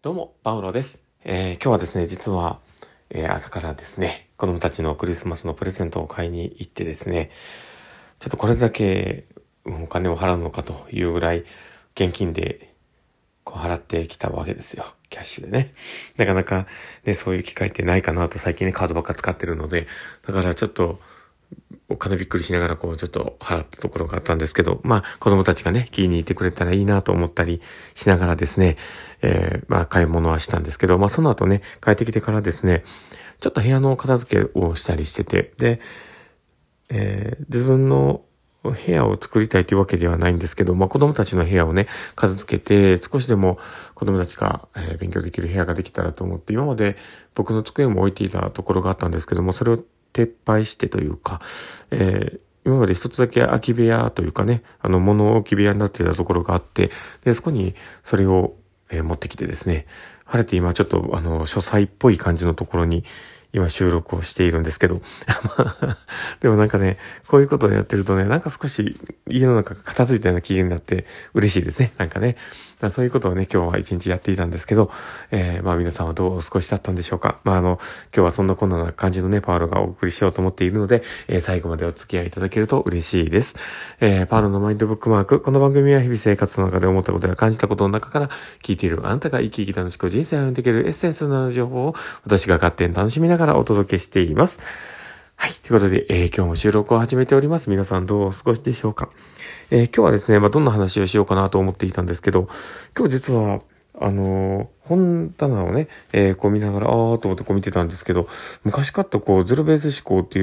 どうも、パウロです。今日はですね、実は、朝からですね、子供たちのクリスマスのプレゼントを買いに行ってですね、ちょっとこれだけお金を払うのかというぐらい、現金でこう払ってきたわけですよ。キャッシュでね。なかなかね、そういう機会ってないかなと最近ね、カードばっか使ってるので、だからちょっと、お金びっくりしながらちょっと払ったところがあったんですけど、子供たちがね、気に入ってくれたらいいなと思ったりしながらですね、買い物はしたんですけど、その後ね、帰ってきてからですね、ちょっと部屋の片付けをしたりしてて、で、自分の部屋を作りたいというわけではないんですけど、子供たちの部屋をね、片付けて、少しでも子供たちが、勉強できる部屋ができたらと思って、今まで僕の机も置いていたところがあったんですけども、それを撤廃してというか、今まで一つだけ空き部屋というかね、物置部屋になっていたところがあって、で、そこにそれを、持ってきてですね、晴れて今ちょっと書斎っぽい感じのところに今収録をしているんですけど、でもなんかね、こういうことをやってるとね、なんか少し家の中が片付いたような気分になって嬉しいですね。なんかね。そういうことをね、今日は一日やっていたんですけど、皆さんはどうお過ごしだったんでしょうか。今日はそんなこんな感じのね、パウロがお送りしようと思っているので、最後までお付き合いいただけると嬉しいです。パウロのマインドブックマーク。この番組は日々生活の中で思ったことや感じたことの中から聞いているあなたが生き生き楽しく人生を歩んでいけるエッセンスの情報を私が勝手に楽しみながらお届けしています。はい。ということで、今日も収録を始めております。皆さんどうお過ごしでしょうか。今日はですね、どんな話をしようかなと思っていたんですけど、今日実は、本棚をね、見ながら、と思って見てたんですけど、昔買ったゼロベース思考っていう、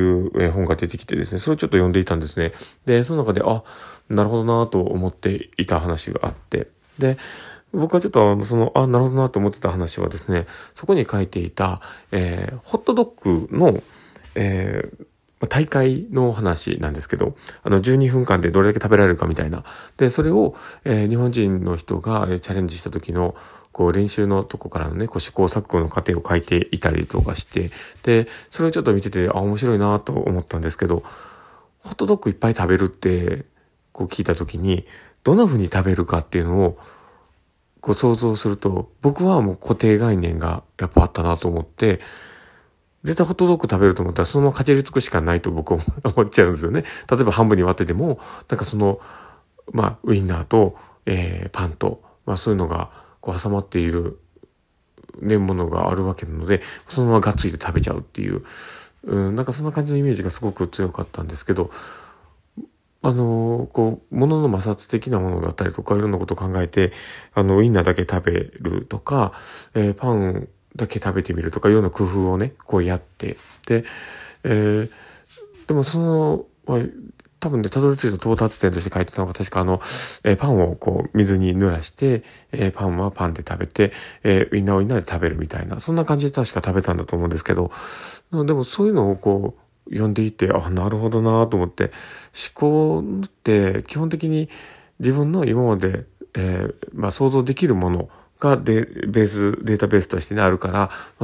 本が出てきてですね、それをちょっと読んでいたんですね。で、その中で、なるほどなと思っていた話があって、で、僕はちょっとなるほどなと思ってた話はですね、そこに書いていた、ホットドッグの、大会の話なんですけど、12分間でどれだけ食べられるかみたいな。で、それを、日本人の人がチャレンジした時の、練習のとこからのね、試行錯誤の過程を書いていたりとかして、で、それをちょっと見てて、面白いなと思ったんですけど、ホットドッグいっぱい食べるって、聞いた時に、どんな風に食べるかっていうのを、想像すると、僕はもう固定概念がやっぱあったなと思って、絶対ホットドッグ食べると思ったらそのままかじりつくしかないと僕は思っちゃうんですよね。例えば半分に割ってでも、ウインナーと、パンと、そういうのが挟まっているね、ものがあるわけなので、そのままがっつりで食べちゃうっていう、そんな感じのイメージがすごく強かったんですけど、物の摩擦的なものだったりとかいろんなことを考えて、ウインナーだけ食べるとか、パンだけ食べてみるとかいろんな工夫をね、やって、で、でも多分ね、たどり着いた到達点として書いてたのが確かパンを水に濡らして、パンはパンで食べて、ウインナーはウインナーで食べるみたいな、そんな感じで確か食べたんだと思うんですけど、でもそういうのを読んでいて、なるほどなと思って、思考って基本的に自分の今まで、想像できるものがデータベースとしてね、あるから、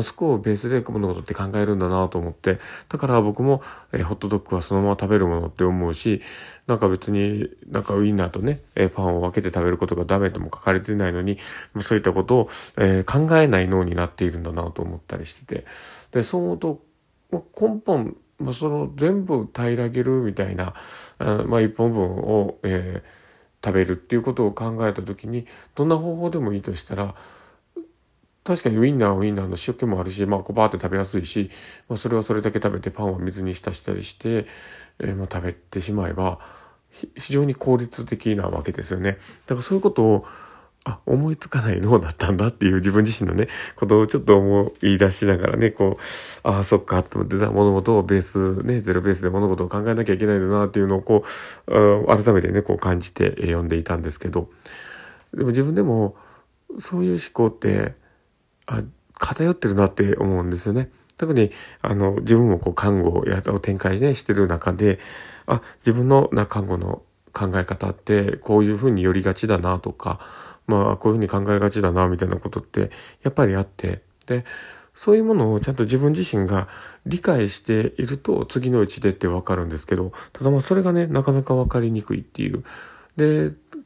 そこをベースで物事って考えるんだなと思って、だから僕も、ホットドッグはそのまま食べるものって思うし、別にウインナーとね、パンを分けて食べることがダメとも書かれてないのに、そういったことを、考えない脳になっているんだなと思ったりしてて、で、そう思うと、根本、全部平らげるみたいな、一本分を、食べるっていうことを考えたときに、どんな方法でもいいとしたら、確かにウインナーはウインナーの塩気もあるし、バーって食べやすいし、それはそれだけ食べてパンは水に浸したりして、食べてしまえば、非常に効率的なわけですよね。だからそういうことを、思いつかない脳だったんだっていう自分自身のね、ことをちょっと思い出しながらね、そっかと思って、物事をベース、ね、ゼロベースで物事を考えなきゃいけないんだなっていうのを改めてね、感じて読んでいたんですけど、でも自分でも、そういう思考って、偏ってるなって思うんですよね。特に、自分も看護を展開ね、してる中で、自分の看護の考え方って、こういうふうに寄りがちだなとか、こういうふうに考えがちだな、みたいなことって、やっぱりあって、で、そういうものをちゃんと自分自身が理解していると、次のうちでってわかるんですけど、ただそれがね、なかなかわかりにくいっていう。で、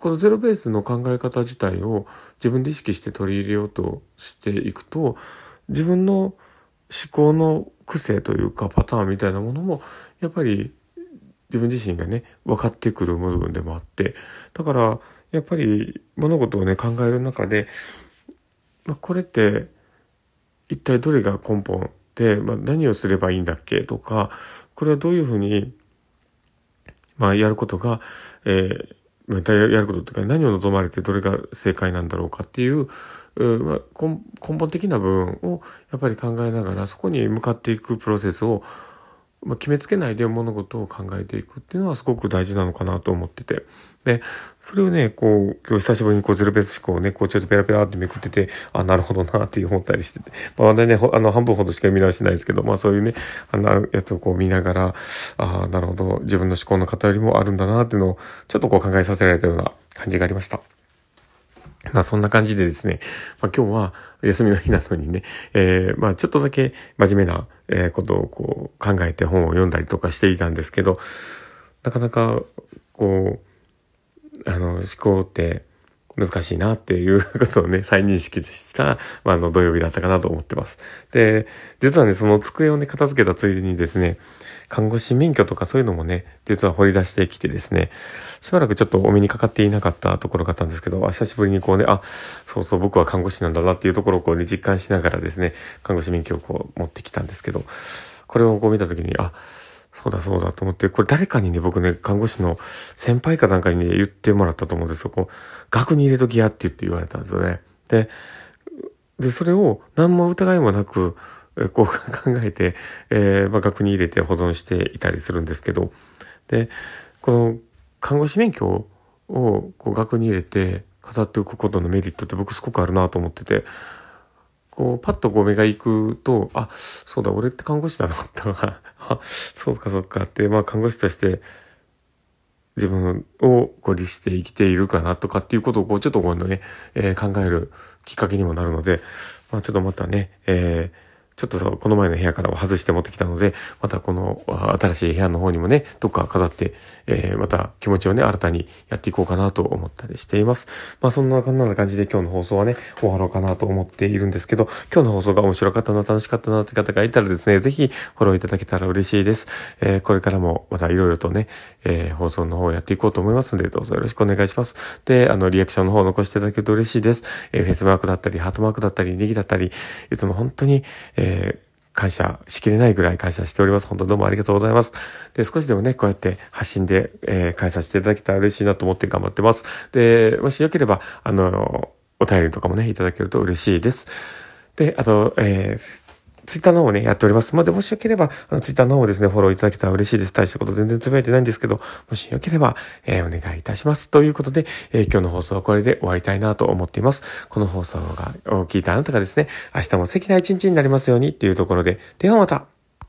このゼロベースの考え方自体を自分で意識して取り入れようとしていくと、自分の思考の癖というかパターンみたいなものもやっぱり自分自身がね分かってくる部分でもあって、だからやっぱり物事をね考える中で、これって一体どれが根本で、何をすればいいんだっけとか、これはどういうふうにやることが、やることというか何を望まれてどれが正解なんだろうかっていう、根本的な部分をやっぱり考えながらそこに向かっていくプロセスを、決めつけないで物事を考えていくっていうのはすごく大事なのかなと思ってて、でそれをね今日久しぶりにゼロベース思考をねちょっとペラペラってめくってて、なるほどなって思ったりしてて、まだね半分ほどしか見直してないですけど、そういうねやつを見ながら、なるほど自分の思考の偏りもあるんだなっていうのをちょっと考えさせられたような感じがありました。そんな感じでですね、今日は休みの日なのにね、ちょっとだけ真面目なことを考えて本を読んだりとかしていたんですけど、なかなか思考って難しいなっていうことをね、再認識した、土曜日だったかなと思ってます。で、実はね、その机をね、片付けたついでにですね、看護師免許とかそういうのもね、実は掘り出してきてですね、しばらくちょっとお目にかかっていなかったところがあったんですけど、久しぶりにそうそう僕は看護師なんだなっていうところを実感しながらですね、看護師免許を持ってきたんですけど、これを見たときに、そうだと思って、これ誰かにね、僕ね、看護師の先輩かなんかにね、言ってもらったと思うんですよ。額に入れときやって言われたんですよね。で、それを何も疑いもなく、考えて、額に入れて保存していたりするんですけど、で、この看護師免許を額に入れて飾っておくことのメリットって僕すごくあるなと思ってて、パッと目が行くと、そうだ、俺って看護師だなってそうかって、看護師として自分を律して生きているかなとかっていうことをちょっと今度ね、考えるきっかけにもなるので、ちょっとまたね、ちょっとこの前の部屋からは外して持ってきたので、またこの新しい部屋の方にもね、どっか飾って、また気持ちをね、新たにやっていこうかなと思ったりしています。そんな感じで今日の放送はね、終わろうかなと思っているんですけど、今日の放送が面白かったな、楽しかったなって方がいたらですね、ぜひフォローいただけたら嬉しいです。これからもまたいろいろとね、放送の方をやっていこうと思いますので、どうぞよろしくお願いします。で、リアクションの方を残していただけると嬉しいです。フェイスマークだったり、ハートマークだったり、ネギだったり、いつも本当に、感謝しきれないぐらい感謝しております。本当どうもありがとうございます。で、少しでもね、こうやって発信で、返させていただけたら嬉しいなと思って頑張ってます。で、もしよければ、お便りとかもね、いただけると嬉しいです。で、あと、ツイッターの方をね、やっております。で、もしよければ、ツイッターの方をですね、フォローいただけたら嬉しいです。大したこと全然つぶやいてないんですけど、もしよければ、お願いいたします。ということで、今日の放送はこれで終わりたいなと思っています。この放送を聞いたあなたがですね、明日も素敵な一日になりますようにっていうところで、ではまた。